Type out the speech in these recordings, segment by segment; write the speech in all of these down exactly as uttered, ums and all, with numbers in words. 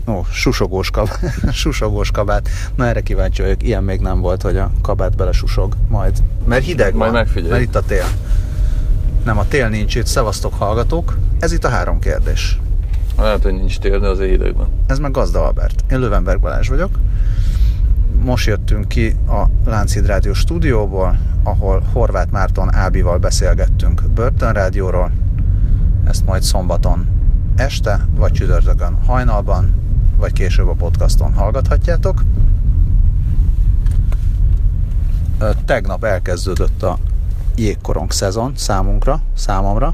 Ó, susogós, kab- susogós kabát. Na erre kíváncsi vagyok, ilyen még nem volt, hogy a kabát bele susog majd. Mert hideg majd van, megfigyelj. mert itt a tél. Nem, a tél nincs itt, szevasztok hallgatók. Ez itt a három kérdés. Lehet, hogy nincs tél, de azért hideg van. Ez meg Gazda Albert. Én Löwenberg Balázs vagyok. Most jöttünk ki a Lánchíd Rádió stúdióból, ahol Horváth Márton Ábival beszélgettünk börtönrádióról. Ezt majd szombaton este, vagy csütörtökön hajnalban, vagy később a podcaston hallgathatjátok. Tegnap elkezdődött a jégkorong szezon számunkra, számomra.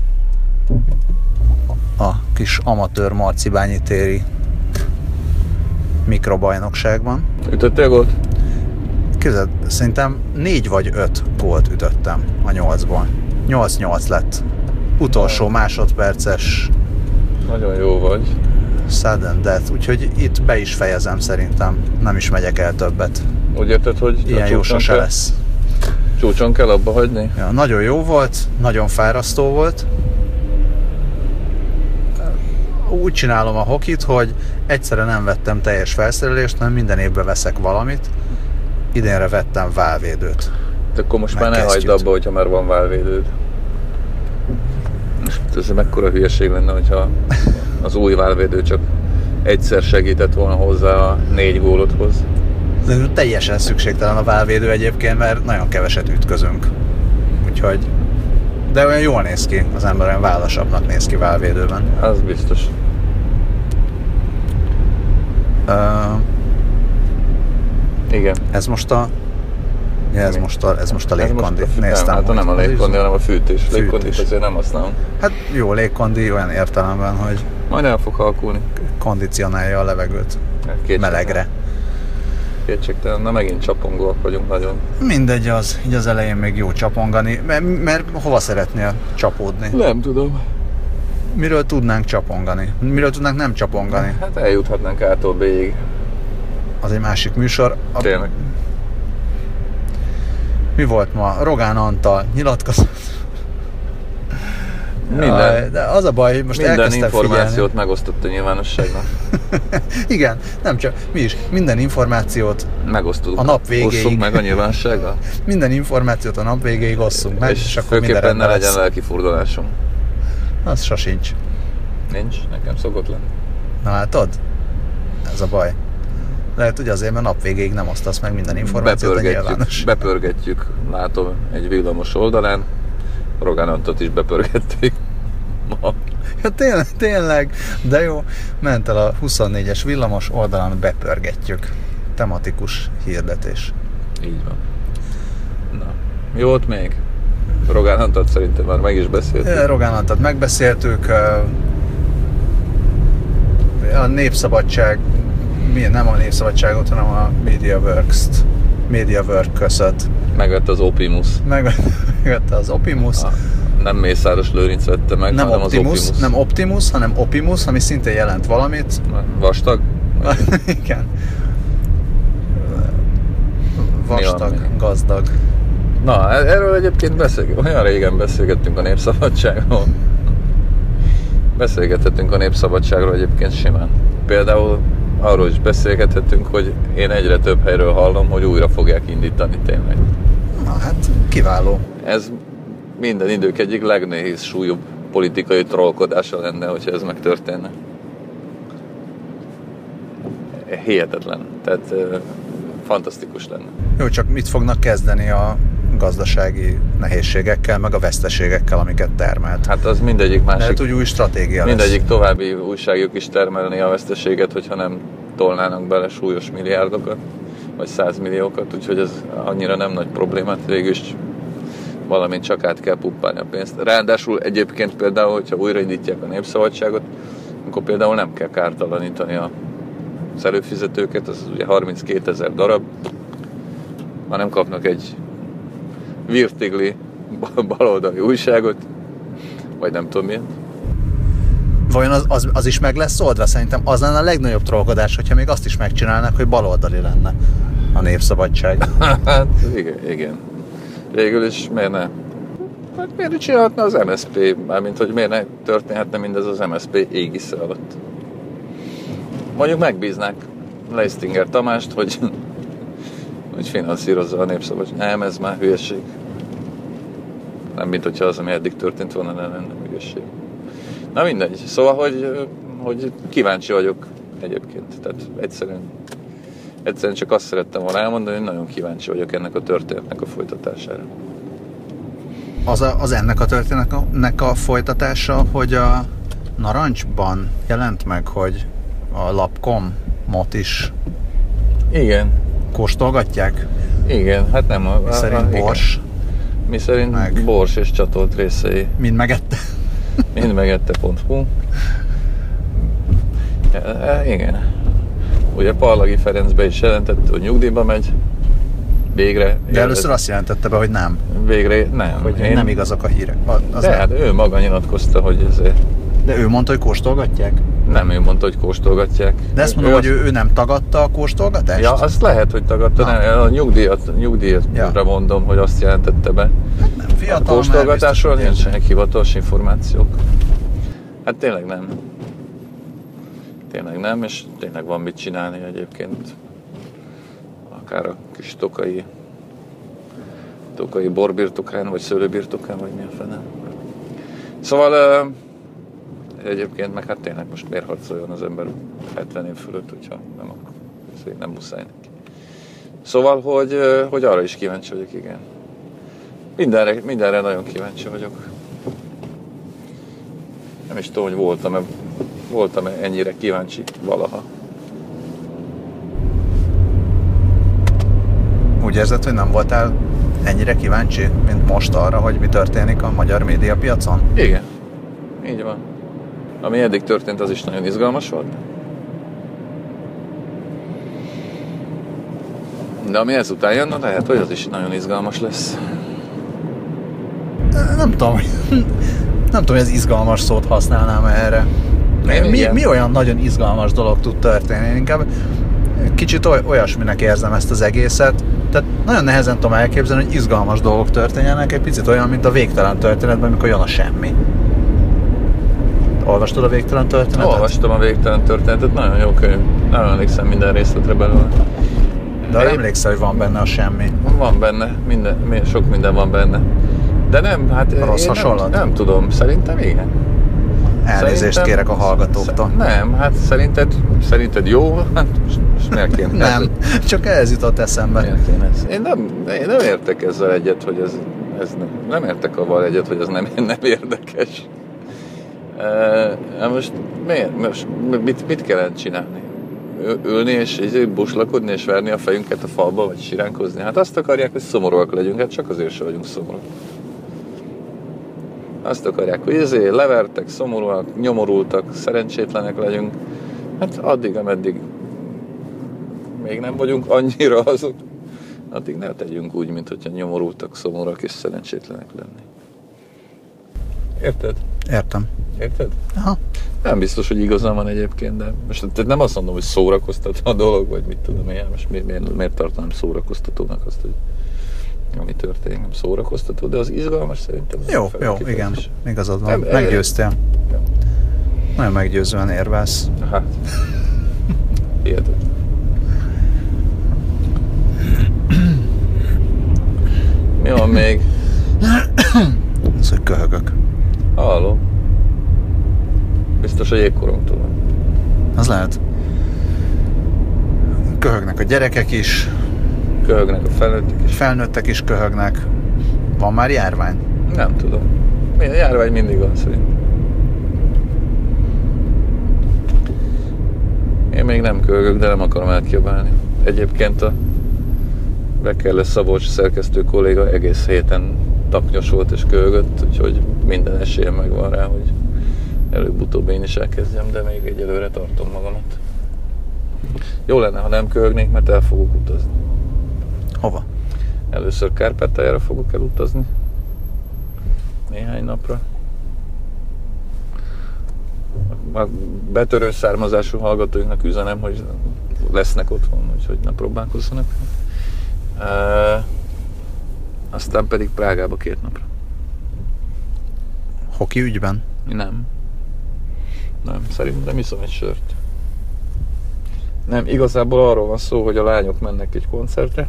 A kis amatőr marcibányi téri mikrobajnokságban. Ütöttél gólt? Képzeld, szerintem négy vagy öt gólt ütöttem a nyolcból. nyolc nyolc lett. Utolsó másodperces Nagyon jó vagy. sudden death, úgyhogy itt be is fejezem szerintem. Nem is megyek el többet. Úgy érted, hogy Ilyen jó sose kell, lesz. Csúcson kell abba hagyni? Ja, nagyon jó volt, nagyon fárasztó volt. Úgy csinálom a hokit, hogy egyszerre nem vettem teljes felszerelést, hanem minden évben veszek valamit. Idénre vettem válvédőt. De akkor most már ne Megkezdjük. hagyd abba, hogyha már van válvédőd. Most ez mekkora hülyeség lenne, hogyha az új válvédő csak egyszer segített volna hozzá a négy gólodhoz. De teljesen szükségtelen a válvédő egyébként, mert nagyon keveset ütközünk. Úgyhogy... De olyan jól néz ki, az ember olyan vállasabbnak néz ki válvédőben. Az biztos. Uh, Igen. ez most a... Ja, ez, Mi? most a, ez most a Ez légkondi. most a, Néztem, nem, hát nem a hogy- légkondi, hanem a fűtés. Fűtés. Légkondit azért nem használom. Hát jó, légkondi olyan értelemben, hogy Majd el fog halkulni. kondicionálja a levegőt Kétségtelen. melegre. Kétségtelen. Na megint csapongóak vagyunk nagyon. Mindegy az, így az elején még jó csapongani, mert, mert hova szeretnél csapódni? Nem tudom. Miről tudnánk csapongani? Miről tudnánk nem csapongani? Hát eljuthatnánk A-tól B-ig. Az egy másik műsor. A... Tényleg. Mi volt ma? Rogán Antal nyilatkozott. Minden, Jaj, de az a baj, hogy most minden elkezdtem információt figyelni. megosztott a nyilvánosságnak. Igen, nem csak, mi is, minden információt, Megosztunk. A nap végéig. Osszunk meg a nyilvánossággal. minden információt a nap végéig osszunk meg, és, és akkor minden főképpen ne rendben legyen lesz. lelki furdalásom. Az sosincs. Nincs? Nekem szokott lenni. Na látod? Ez a baj. Lehet, hogy azért, mert nap végéig nem osztasz meg minden információt a Bepörgetjük, nyilvános. bepörgetjük, látom egy villamos oldalán. Rogán Antot is bepörgették. Ma. Ja, tényleg, tényleg, de jó. Ment el a huszonnégyes villamos oldalán, bepörgetjük. Tematikus hirdetés. Így van. Na, mi volt még? Rogán Antot szerintem már meg is beszéltük. Rogán Antat megbeszéltük. A Népszabadság, nem a Népszabadságot, hanem a MediaWorks-t. MediaWorks-öt. Megvette az Optimus. Megvette az Optimus. A, nem Mészáros Lőrinc vette meg, Nem hanem Optimus, az Optimus. nem Optimus, hanem Opimus, ami szintén jelent valamit. Vastag? Igen. Vastag, Mi van? gazdag. Na, erről egyébként beszélgetünk. Olyan régen beszélgettünk a Népszabadságról. Beszélgethetünk a Népszabadságról egyébként simán. Például arról is beszélgethetünk, hogy én egyre több helyről hallom, hogy újra fogják indítani tényleg. Na hát, kiváló. Ez minden idők egyik legnehéz súlyúbb politikai trollkodása lenne, hogyha ez megtörténne. Hihetetlen. Tehát uh, fantasztikus lenne. Jó, csak mit fognak kezdeni a gazdasági nehézségekkel, meg a veszteségekkel, amiket termelt? Hát az mindegyik másik... Lehet, hogy új stratégia Mindegyik lesz. további újságjuk is termelni a veszteséget, hogyha nem tolnának bele súlyos milliárdokat, vagy százmilliókat, úgyhogy ez annyira nem nagy problémát, végül is valamint csak át kell puppálni a pénzt. Ráadásul egyébként például, hogyha újraindítják a Népszabadságot, akkor például nem kell kártalanítani az előfizetőket, az ugye harminckétezer darab, hanem kapnak egy virtigli baloldali újságot, vagy nem tudom milyen. Vajon az, az, az is meg lesz oldva? Szerintem az lenne a legnagyobb trollkodás, hogyha még azt is megcsinálnak, hogy baloldali lenne a Népszabadság. Hát igen, igen. Végül is miért ne? Hát miért csinálhatna az em es zé pé? Mármint, hogy miért ne történhetne mindez az em es zé pé égisze alatt? mondjuk megbíznák Leistinger Tamást, hogy, hogy finanszírozza a Népszabadság. Nem, ez már hülyeség. Nem, mint hogyha az, ami eddig történt volna, nem lenne hülyeség. Na mindegy. Szóval, hogy, hogy kíváncsi vagyok egyébként. Tehát egyszerűen, egyszerűen csak azt szerettem volna elmondani, hogy nagyon kíváncsi vagyok ennek a történetnek a folytatására. Az, a, az ennek a történetnek a folytatása, hogy a Narancsban jelent meg, hogy a Lapcom-ot is igen. kóstolgatják? Igen, hát nem a... Mi szerint bors? Mi szerint meg. Bors és csatolt részei. Mind megette? Mind megette pont hu. E, igen. Ugye Parlagi Ferenc be is jelentette, hogy nyugdíjba megy. Végre. De először azt jelentette be, hogy nem. Végre nem. Hogy én... nem igazak a hírek. Az De nem. hát ő maga nyilatkozta, hogy ezért... De ő mondta, hogy kóstolgatják? Nem, ő mondta, hogy kóstolgatják. De ezt mondom, ő hogy azt... ő, ő nem tagadta a kóstolgatást? Ja, azt lehet, hogy tagadta. Nem, a nyugdíjat, nyugdíjra ja. mondom, hogy azt jelentette be. Hát nem, fiatal, a kóstolgatásról nincsenek hivatalos információk. Hát tényleg nem. Tényleg nem, és tényleg van mit csinálni egyébként. Akár a kis tokai tokai borbirtokán, vagy szőlőbirtokán, vagy mi a fene. Szóval egyébként meg hát tényleg most miért harcoljon az ember hetven év fölött, hogyha nem, akkor nem muszáj neki. Szóval, hogy, hogy arra is kíváncsi vagyok, igen. Mindenre, mindenre nagyon kíváncsi vagyok. Nem is tudom, hogy voltam-e, voltam-e ennyire kíváncsi valaha. Úgy érzed, hogy nem voltál ennyire kíváncsi, mint most arra, hogy mi történik a magyar médiapiacon? Igen, így van. Ami eddig történt, az is nagyon izgalmas volt. De ami ezután jön, lehet, hogy az is nagyon izgalmas lesz. Nem tudom, nem tudom, hogy az izgalmas szót használnám erre. Mi, mi olyan nagyon izgalmas dolog tud történni? Inkább kicsit olyasminek érzem ezt az egészet. Tehát nagyon nehezen tudom elképzelni, hogy izgalmas dolgok történjenek, egy picit olyan, mint a Végtelen történetben, amikor jön a semmi. Olvastad a Végtelen történetet? Olvastam a Végtelen történetet, nagyon jó könyv. Nem emlékszem minden részletre belőle. De én... emlékszel, hogy van benne a semmi? Van benne, minden, sok minden van benne. De nem, hát rossz hasonlat? Nem, nem tudom, szerintem igen. Elnézést szerintem, kérek a hallgatóktól. Nem, hát szerinted, szerinted jó? Hát most miért kéne? Nem, ez? Csak ez jutott eszembe. Én nem, én nem értek ezzel egyet, hogy ez, ez nem, nem értek avval egyet, hogy ez nem, nem érdekes. E, most miért? Most mit, mit kellene csinálni? Ülni és buslakodni és verni a fejünket a falba, vagy siránkozni? Hát azt akarják, hogy szomorúak legyünk, hát csak azért sem vagyunk szomorúak. Azt akarják, hogy ezért levertek, szomorúak, nyomorultak, szerencsétlenek legyünk. Hát addig, ameddig még nem vagyunk annyira azok, addig ne tegyünk úgy, mint hogyha nyomorultak, szomorúak és szerencsétlenek lenni. Érted? Értem. Érted? Aha. Nem biztos, hogy igazán van egyébként, de most nem azt mondom, hogy szórakoztató a dolog, vagy mit tudom én, most miért, miért, miért tartanám szórakoztatónak azt, hogy ami történik, nem szórakoztató, de az izgalmas szerintem. Jó, jó, igen, igazad van, meggyőztél. Ja. Nagyon meggyőzően érvelsz. Hát, érted. Mi van még? Az, hogy köhögök. Halló. Biztos a jégkorongtól van. Az lehet. Köhögnek a gyerekek is. Köhögnek a felnőttek is. Felnőttek is köhögnek. Van már járvány? Nem tudom. A járvány mindig van szerintem. Én még nem köhögök, de nem akarom elkiabálni. Egyébként a Bekele Szabolcs szerkesztő kolléga egész héten taknyos volt és köhögött, úgyhogy minden esélyem megvan rá, hogy előbb-utóbb én is elkezdjem, de még egyelőre tartom magamat. Jó lenne, ha nem köhögnék, mert el fogok utazni. Hova? Először Kárpátaljára fogok elutazni. Néhány napra. A betörő származású hallgatóinknak üzenem, hogy lesznek otthon, úgyhogy ne próbálkozzanak. E, aztán pedig Prágába két napra. Hoki ügyben? Nem. Nem, szerintem iszom egy sört. Nem, igazából arról van szó, hogy a lányok mennek egy koncertre,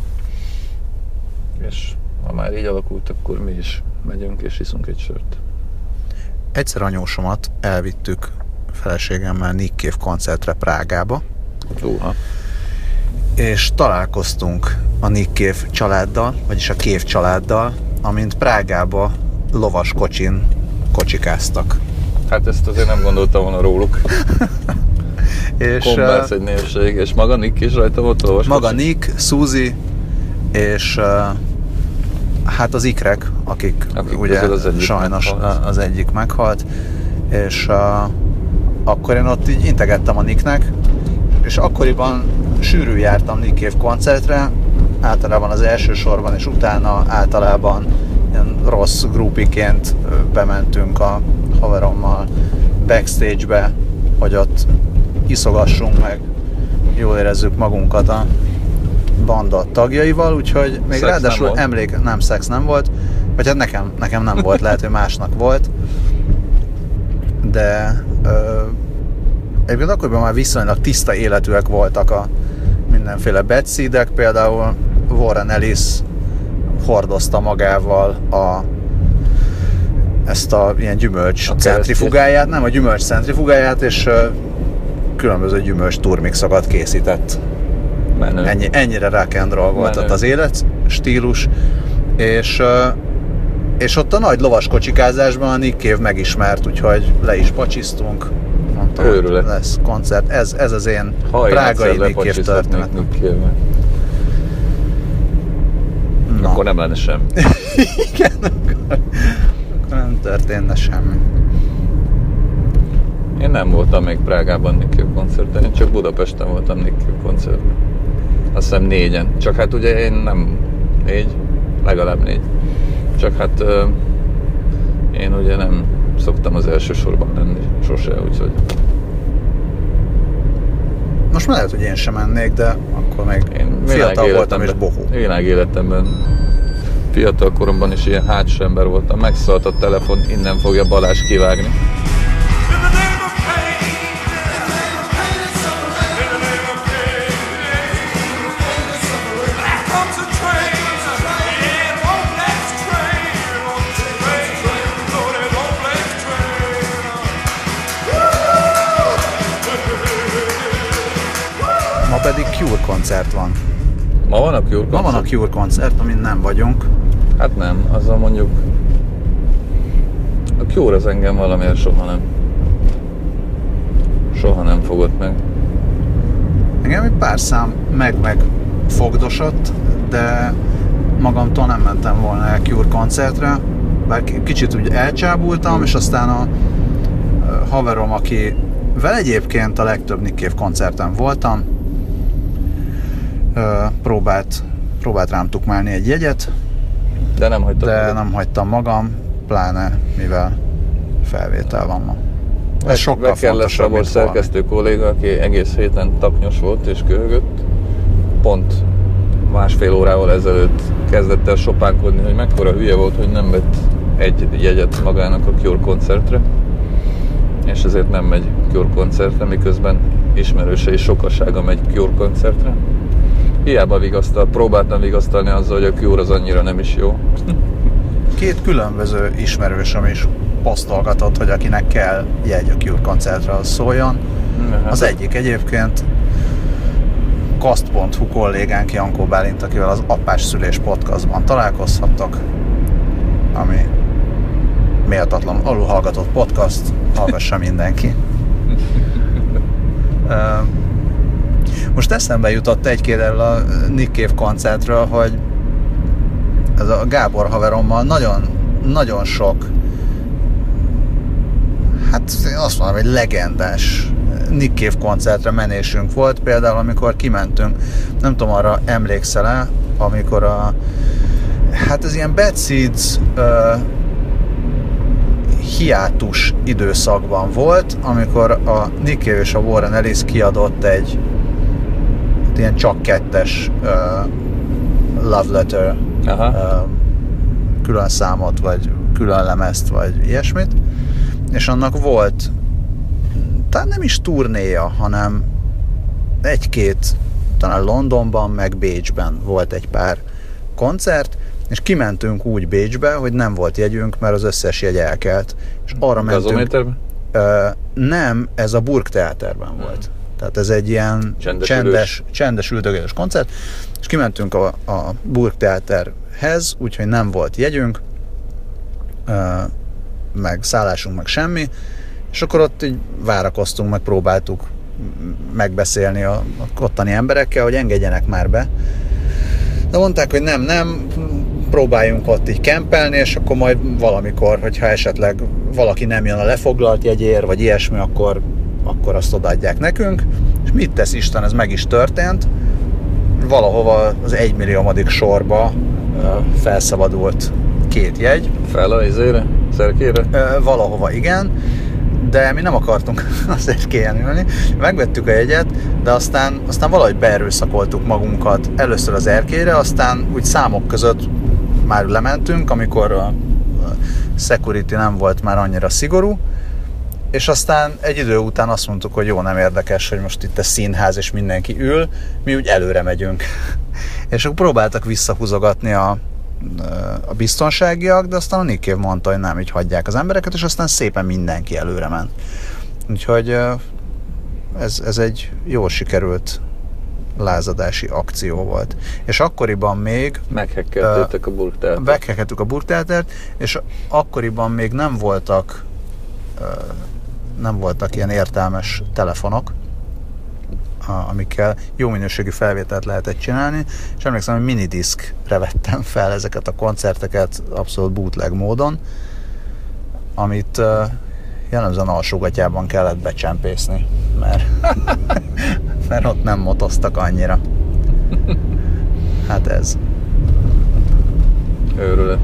és ha már így alakult, akkor mi is megyünk és iszunk egy sört. Egyszer anyósomat elvittük feleségemmel Nick Cave koncertre Prágába. Uha. És találkoztunk a Nick Cave családdal, vagyis a Cave családdal, amint Prágába lovas kocsin kocsikáztak. Hát ezt azért nem gondoltam volna róluk. És Konversz egy névség, és maga Nick is rajta volt lovas maga kocsin? Nick, Suzy, és uh, hát az ikrek, akik, akik ugye az sajnos meghalt. az egyik meghalt, és uh, akkor én ott így integettem a Nicknek, és akkoriban sűrű jártam Nick Cave koncertre, általában az első sorban, és utána általában ilyen rossz groupiként bementünk a haverommal backstage-be, hogy ott iszogassunk meg, jól érezzük magunkat a banda tagjaival, úgyhogy még Szex ráadásul nem emlék, nem szex nem volt, vagy hát nekem, nekem nem volt, lehet, hogy másnak volt, de ö, egyébként akkoriban már viszonylag tiszta életűek voltak a mindenféle bedseedek, például Warren Ellis hordozta magával a ezt a ilyen gyümölcs a centrifugáját, nem a gyümölcs centrifugáját, és uh, különböző gyümölcs turmixokat készített. Menő. Ennyi, ennyire rock and roll volt Menő. ott az élet stílus, és, uh, és ott a nagy lovaskocsikázásban a Nick Cave megismert, úgyhogy le is pacsisztunk. Mondtam, Őrület. lesz koncert. Ez, ez az én Ha én prágai egyszer Nick Cave lepacsisztatnék történet. Nick Cave-vel, Na. akkor nem lenne semmi. Igen, akkor, akkor nem történne semmi. Én nem voltam még Prágában Nick Cave koncerten, én csak Budapesten voltam Nick Cave koncerten. Azt hiszem négyen. Csak hát ugye én nem négy, legalább négy. Csak hát euh, én ugye nem szoktam az első sorban lenni sose, úgyhogy... Most már lehet, hogy én sem mennék, de akkor még Én fiatal voltam és bohó. Világéletemben fiatal koromban is ilyen hátsó ember voltam. Megszólt a telefon, innen fogja Balázs kivágni. Ma pedig Cure koncert van. Ma van a Cure koncert? Ma van a Cure koncert, amin nem vagyunk. Hát nem, azzal mondjuk... A Cure az engem valamiért soha nem... Soha nem fogott meg. Engem egy pár szám meg-meg fogdosott, de magamtól nem mentem volna el Cure koncertre, bár kicsit úgy elcsábultam, és aztán a haverom, aki vel egyébként a legtöbb Nick Cave koncerten voltam, próbált, próbált rám tukmálni egy jegyet, De nem hagytam. de magad. nem hagytam magam, pláne mivel felvétel van ma. Ez sokkal Bekeller fontosabb, Szabolcs mint valami. szerkesztő kolléga, aki egész héten taknyos volt és köhögött. Pont másfél órával ezelőtt kezdett el sopánkodni, hogy mekkora hülye volt, hogy nem vett egy jegyet magának a Cure koncertre, és ezért nem megy Cure koncertre, miközben ismerősei sokasága megy Cure koncertre. Hiába vigasztal, próbáltam vigasztalni azzal, hogy a Cure az annyira nem is jó. Két különböző ismerősöm is posztolgatott, hogy akinek kell jegy a Cure koncertre, az szóljon. Az egyik egyébként kaszt pont hu kollégánk Jankó Bálint, akivel az Apás Szülés podcastban találkozhattok, ami méltatlan alulhallgatott podcast, hallgassa mindenki. Most eszembe jutott egy-két erről a Nick Cave koncertről, hogy ez a Gábor haverommal nagyon, nagyon sok, hát én azt mondom, hogy legendás Nick Cave koncertre menésünk volt, például amikor kimentünk, nem tudom, arra emlékszel-e, amikor a, hát ez ilyen Bad Seeds uh, hiátus időszakban volt, amikor a Nick Cave és a Warren Ellis kiadott egy ilyen csak kettes uh, Love Letter Aha. uh, külön számot, vagy külön lemezt, vagy ilyesmit, és annak volt talán nem is turnéja, hanem egy-két, talán Londonban, meg Bécsben volt egy pár koncert, és kimentünk úgy Bécsbe, hogy nem volt jegyünk, mert az összes jegy elkelt. És arra mentünk... Uh, nem, ez a Burgtheaterben volt. Tehát ez egy ilyen csendes, csendes, csendes üldögélős koncert, és kimentünk a, a Burgtheaterhez, úgyhogy nem volt jegyünk, uh, meg szállásunk, meg semmi, és akkor ott így várakoztunk, meg próbáltuk megbeszélni a, a ottani emberekkel, hogy engedjenek már be. De mondták, hogy nem, nem, próbáljunk ott így kempelni, és akkor majd valamikor, hogyha esetleg valaki nem jön a lefoglalt jegyér, vagy ilyesmi, akkor, akkor azt odaadják nekünk. És mit tesz Isten, ez meg is történt. Valahova az egymilliómodik sorba felszabadult két jegy. Fel a izére? Szerkére? Valahova igen, de mi nem akartunk azért kéjen ülni. Megvettük a jegyet, de aztán, aztán valahogy beerőszakoltuk magunkat először az erkélyre, aztán úgy számok között már lementünk, amikor a security nem volt már annyira szigorú, és aztán egy idő után azt mondtuk, hogy jó, nem érdekes, hogy most itt a színház és mindenki ül, mi úgy előre megyünk. És akkor próbáltak visszahúzogatni a, a biztonságiak, de aztán a Nick Cave mondta, hogy nem, így hagyják az embereket, és aztán szépen mindenki előre ment. Úgyhogy ez, ez egy jól sikerült lázadási akció volt. És akkoriban még... Meghekkeltétek uh, a Burgtheatert. Meghekkeltük a Burgtheatert, és akkoriban még nem voltak uh, nem voltak ilyen értelmes telefonok, uh, amikkel jó minőségű felvételt lehetett csinálni, és emlékszem, hogy minidiskre vettem fel ezeket a koncerteket abszolút bootleg módon, amit uh, jellemzően alsógatyában kellett becsempészni, mert, mert ott nem motoztak annyira. Hát ez. Őrület.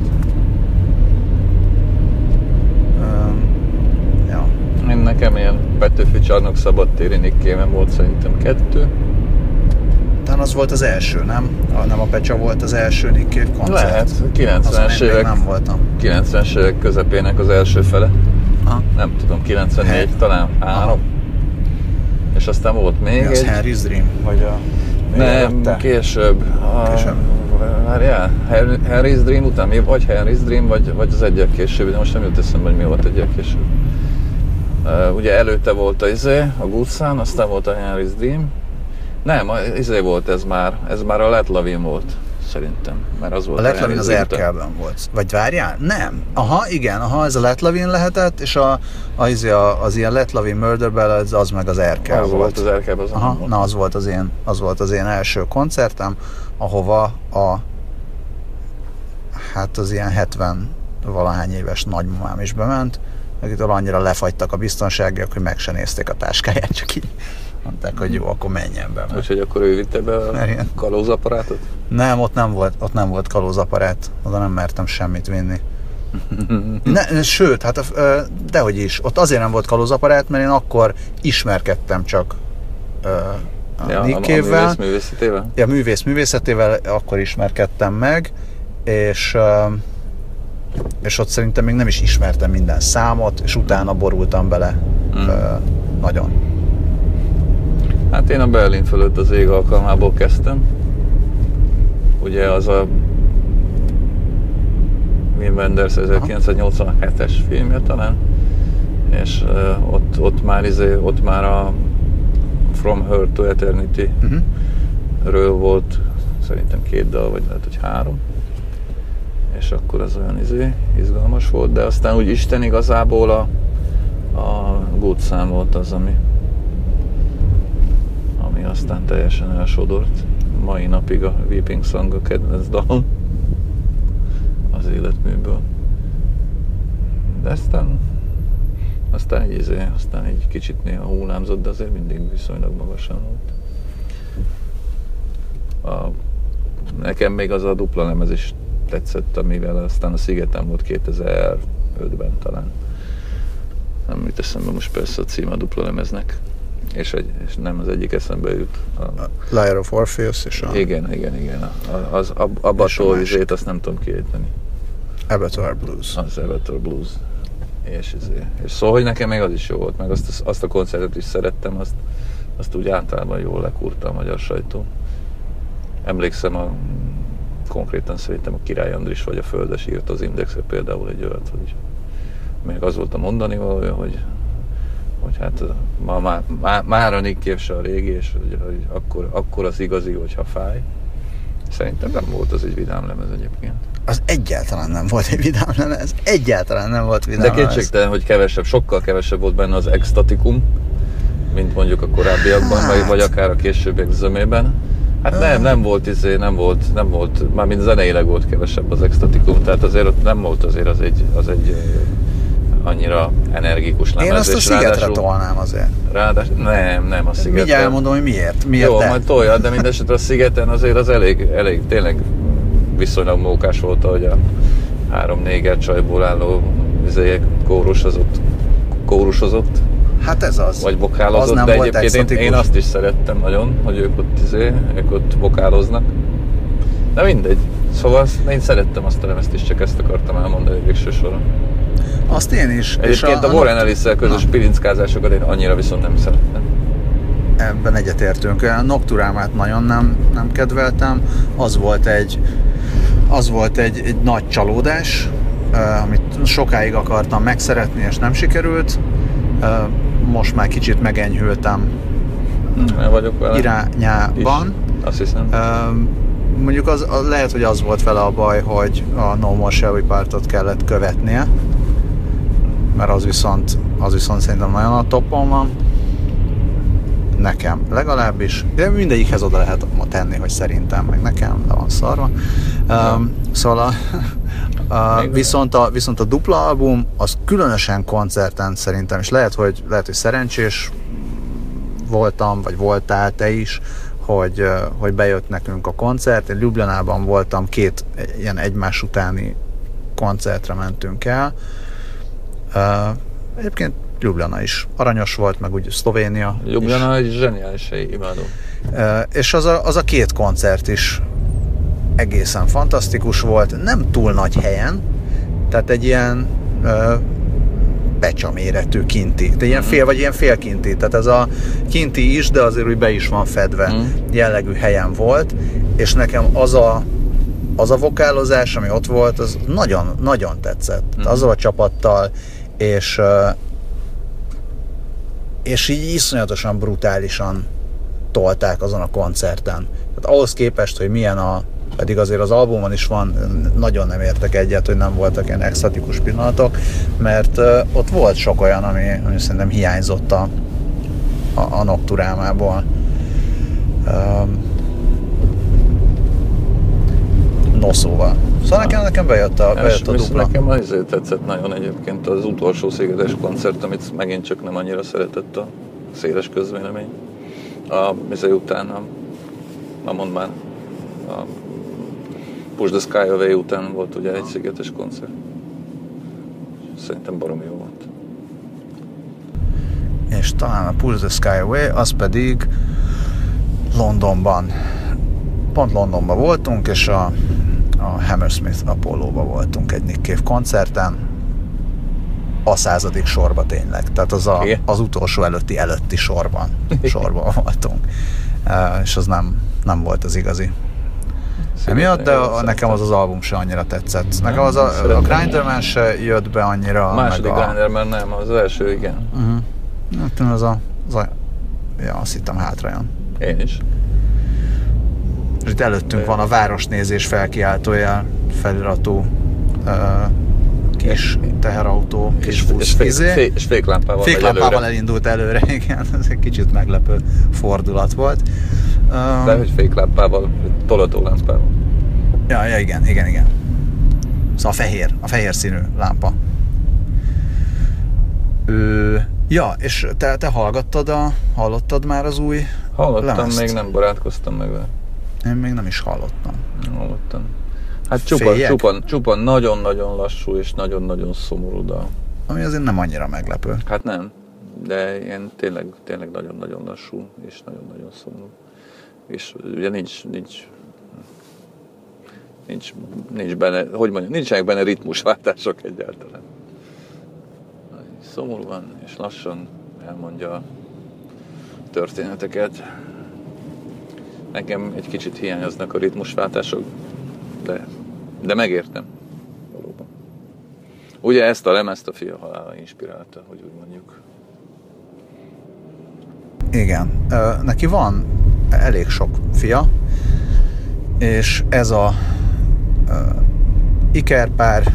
Um, ja. Én nekem ilyen Petőfi Csarnok szabadtéri Nick Cave-en volt szerintem kettő. Talán az volt az első, nem? A, nem a Pecsa volt az első Nick Cave koncert? Lehet, kilencvenes évek, nem voltam. kilencvenes évek közepének az első fele. Ha? Nem tudom, kilencvennégy He- talán, három. És aztán volt még Mi az egy... Henry's Dream? Vagy a... Nem, később. A... Később? Várjál, Henry's Dream után, mi vagy Henry's Dream, vagy, vagy az egyel később, de most nem jut eszembe, hogy mi volt egyel később. Uh, ugye előtte volt az izé, a Good Sun, aztán volt a Henry's Dream. Nem, az izé volt ez már, ez már a Let Lavin volt, szerintem. Mert az volt a Let Lavin az Erkelben volt. Vagy várjál? Nem. Aha, igen, aha, ez a Let Lavin lehetett, és a, az, az ilyen Let Lavin Murder Ballads, az meg az Erkel az volt. volt az Erkelben, az aha, na az volt az én, az volt az én első koncertem, ahova a hát az ilyen hetven valahány éves nagymamám is bement, akitől annyira lefagytak a biztonságiak, hogy meg se nézték a táskáját, csak így mondták, hogy jó, akkor menjen be. Úgyhogy akkor ő vitte be a kalózaparátot? Nem, ott nem volt, ott nem volt kalózaparát, oda nem mertem semmit vinni. Ne, sőt, hát dehogy is, ott azért nem volt kalózaparát, mert én akkor ismerkedtem csak a ja, Nick Cave-vel. A művész művészetével? Ja, művész művészetével akkor ismerkedtem meg, és és ott szerintem még nem is ismertem minden számot, és utána borultam bele mm. nagyon. Hát én a Berlin fölött az ég alkalmából kezdtem. Ugye az a Wim Wenders ezerkilencszáznyolcvanhetes filmje talán, és uh, ott, ott, már izé, ott már a From Her to Eternity uh-huh. ről volt szerintem két dal, vagy lehet, hogy három. És akkor az olyan izé, izgalmas volt, de aztán úgy Isten igazából a, a Good Sun volt az, ami ami aztán teljesen elsodort. Mai napig a Weeping Song a kedvenc dalom az életműből. De aztán aztán így izé, aztán egy kicsit néha hullámzott, de azért mindig viszonylag magasan volt. A, nekem még az a dupla lemez is tetszett, amivel aztán a Szigeten volt kétezer-ötben talán. Nem jut eszembe most persze a cím a dupla lemeznek. És, egy, és nem az egyik eszembe jut. A, a Lyre of Orpheus és a... Igen, igen, igen. A, az ab, Abattoir vizét, azt nem tudom kiejteni. Abattoir Blues. Az Abattoir Blues. És, és szóval, hogy nekem még az is jó volt, meg azt, azt a koncertet is szerettem, azt, azt úgy általában jól lekúrta a magyar sajtó. Emlékszem, a, konkrétan szerintem a Király Andris vagy a Földes írt az Indexre például egy olyat, hogy még az volt a mondani valója, hogy, hogy hát ma, má, má, már a Nick Cave se a régi, és hogy, hogy akkor, akkor az igazi, hogyha fáj. Szerintem nem volt az egy vidám lemez egyébként. Az egyáltalán nem volt egy vidám lemez. Egyáltalán nem volt vidám lemez. De kétségtelen, hogy kevesebb, sokkal kevesebb volt benne az extatikum, mint mondjuk a korábbiakban, hát. vagy, vagy akár a későbbiek zömében. Hát nem, nem volt izé, nem volt, nem volt, mármint zeneileg volt kevesebb az extatikum, tehát azért ott nem volt azért az egy, az egy annyira energikus lemez. Én azt a Szigetre tolnám azért. Ráadásul, nem, nem a Szigeten. Mindjárt elmondom, hogy miért. miért Jó, de? majd toljad, de mindesetre a Szigeten azért az elég, elég tényleg viszonylag mókás volt, hogy a három néger csajból álló izélyek kórusozott, kórusozott. Hát ez az. Vagy vokálozott, az de egyébként én, én azt is szerettem nagyon, hogy ők ott, izé, ők ott vokáloznak. De mindegy. Szóval én szerettem azt a lemezt is, csak ezt akartam elmondani végső soron. Azt én is. Egyébként a, a Warren Ellis-szel közös pilinckázásokat én annyira viszont nem szerettem. Ebben egyetértünk. A Nocturámát nagyon nem, nem kedveltem. Az volt egy, az volt egy, egy nagy csalódás, amit sokáig akartam megszeretni, és nem sikerült. Most már kicsit megenyhültem hmm, vagyok vele irányában. Is, azt hiszem. Mondjuk az, az, lehet, hogy az volt vele a baj, hogy a No More Shall We Part-ot kellett követnie, mert az viszont, az viszont szerintem nagyon a toppon van. Nekem legalábbis, de mindegyikhez oda lehet tenni, hogy szerintem, meg nekem le van szarva. Um, szóval a, a, viszont, a, viszont a dupla album, az különösen koncerten szerintem, és lehet, hogy, lehet, hogy szerencsés voltam, vagy voltál te is, hogy, hogy bejött nekünk a koncert. Én Ljubljanában voltam, két ilyen egymás utáni koncertre mentünk el. Uh, egyébként Ljubljana is aranyos volt, meg úgy Szlovénia. Ljubljana egy zseniális hely, imádom. Uh, és az a, az a két koncert is egészen fantasztikus volt, nem túl nagy helyen, tehát egy ilyen uh, becsaméretű kinti, de ilyen fél, vagy ilyen félkinti, tehát ez a kinti is, de azért úgy be is van fedve mm. jellegű helyen volt, és nekem az a az a vokálozás, ami ott volt, az nagyon, nagyon tetszett. Mm. Azzal a csapattal, és és így iszonyatosan brutálisan tolták azon a koncerten. Tehát ahhoz képest, hogy milyen a, pedig azért az albumon is van, nagyon nem értek egyet, hogy nem voltak ilyen extatikus pillanatok, mert uh, ott volt sok olyan, ami, ami szerintem hiányzott a, a, a Nocturámából. Um, no szóval. Szóval nekem, nekem bejött a, bejött a dupla. Nekem azért tetszett nagyon egyébként az utolsó Szigetes koncert, amit megint csak nem annyira szeretett a széles közvélemény. A mizé után, a, a mondd már, a Push the Sky Away után volt ugye egy Szigetes koncert. Szerintem baromi jó volt. És talán a Push the Sky Away, az pedig Londonban. Pont Londonban voltunk, és a, a Hammersmith Apollo-ba voltunk egy Nick Cave koncerten. A századik sorba tényleg. Tehát az, a, az utolsó előtti előtti sorban, sorban voltunk. Uh, és az nem, nem volt az igazi. Emiatt, de a, nekem az az album se annyira tetszett. Nekem az a, a Grinderman se jött be annyira. A második a... Grinderman nem, az első igen. Uh-huh. Az a, az a... Ja, azt hittem hátra jön. Én is. És itt előttünk van a városnézés felkiáltójel feliratú uh, kis teherautó, kis busz. És, fék, fék, és féklámpával, féklámpával elindult előre, igen. Ez egy kicsit meglepő fordulat volt. Um, De hogy féklámpával, tolatólámpával. Ja, ja, igen, igen, igen. Szóval a fehér, a fehér színű lámpa. Ö, ja, és te, te hallgattad a, hallottad már az új Hallottam, lemezt? még nem barátkoztam meg vele. Én még nem is hallottam. Nem hallottam. Hát csupan, csupan, csupan nagyon-nagyon lassú és nagyon-nagyon szomorú dal. Ami azért nem annyira meglepő. Hát nem, de ilyen tényleg, tényleg nagyon-nagyon lassú és nagyon-nagyon szomorú. És ugye nincs, nincs, nincs, nincs benne, hogy mondjam, nincsenek benne ritmusváltások egyáltalán. Szomorúan és lassan elmondja történeteket. Nekem egy kicsit hiányoznak a ritmusváltások, de, de megértem. Valóban. Ugye ezt a lemezt a Fia halála inspirálta, hogy úgy mondjuk. Igen. Neki van elég sok fia, és ez a ikerpár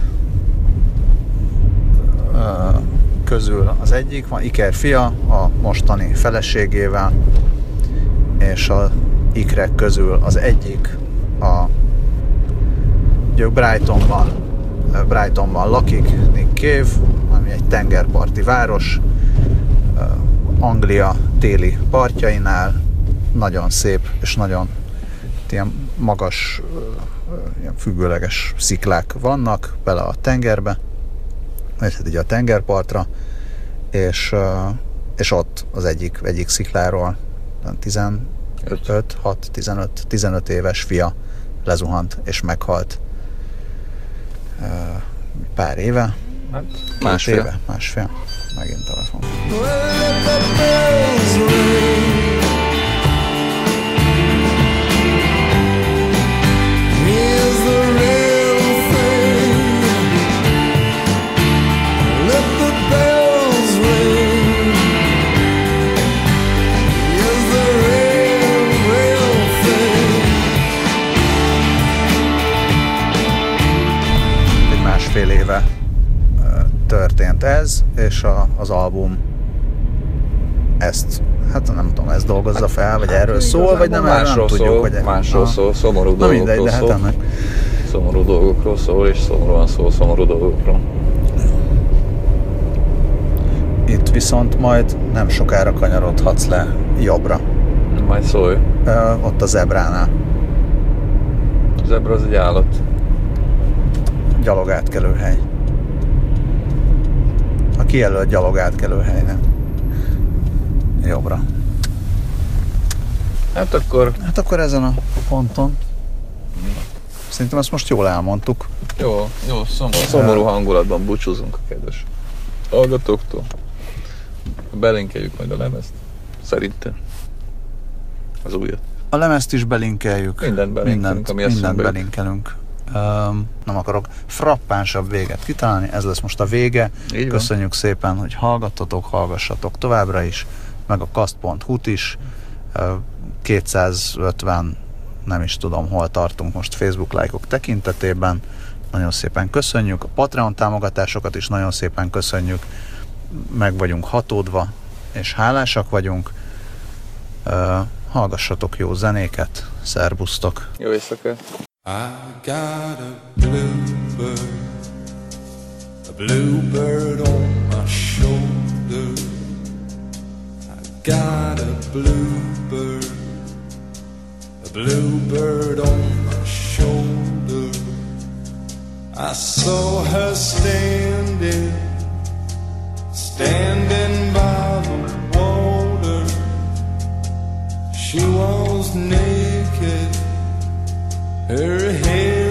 közül az egyik, van Iker fia a mostani feleségével, és a ikrek közül az egyik a ugye Brightonban, Brightonban lakik, Nick Cave, ami egy tengerparti város, Anglia téli partjainál, nagyon szép és nagyon ilyen magas, ilyen függőleges sziklák vannak bele a tengerbe, vagy hát ugye a tengerpartra, és, és ott az egyik, egyik szikláról tizenöt, hat, tizenöt, tizenöt éves fia lezuhant és meghalt pár éve. Hát, másfél. éve, másfél. Megint telefon. Másfél éve történt ez, és a, az album ezt, hát nem tudom, ezt dolgozza fel, vagy erről szól, vagy nem, erről nem tudjuk, hogy... Másról szól, szomorú dolgokról mindegy, de szól. Hát ennek... Szomorú dolgokról szól, és szomorúan szól szomorú dolgokról. Itt viszont majd nem sokára kanyarodhatsz le jobbra. Majd szólj. Ö, ott a zebránál. A zebra az egy állat. Gyalogátkelőhely. A kijelölt gyalogátkelőhelynek. Jobbra. Hát akkor... Hát akkor ezen a ponton. Szerintem ezt most jól elmondtuk. Jó, jó, szomorú, szomorú hangulatban búcsúzunk a kedves hallgatóktól. Belinkeljük majd a lemezt. Szerintem. Az újat. A lemezt is belinkeljük. Mindent belinkelünk, ami mindent belinkelünk. Um, nem akarok frappánsabb véget kitalálni, ez lesz most a vége. Így Köszönjük van. Szépen, hogy hallgattatok, hallgassatok továbbra is, meg a kaszt pont hu-t is. Uh, kétszázötven, nem is tudom, hol tartunk most Facebook lájkok tekintetében. Nagyon szépen köszönjük. A Patreon támogatásokat is nagyon szépen köszönjük. Meg vagyunk hatódva, és hálásak vagyunk. Uh, hallgassatok jó zenéket. Szerbusztok! Jó éjszakát! I got a bluebird, a bluebird on my shoulder. I got a bluebird, a bluebird on my shoulder. I saw her standing, standing by the water. She was naked. Her head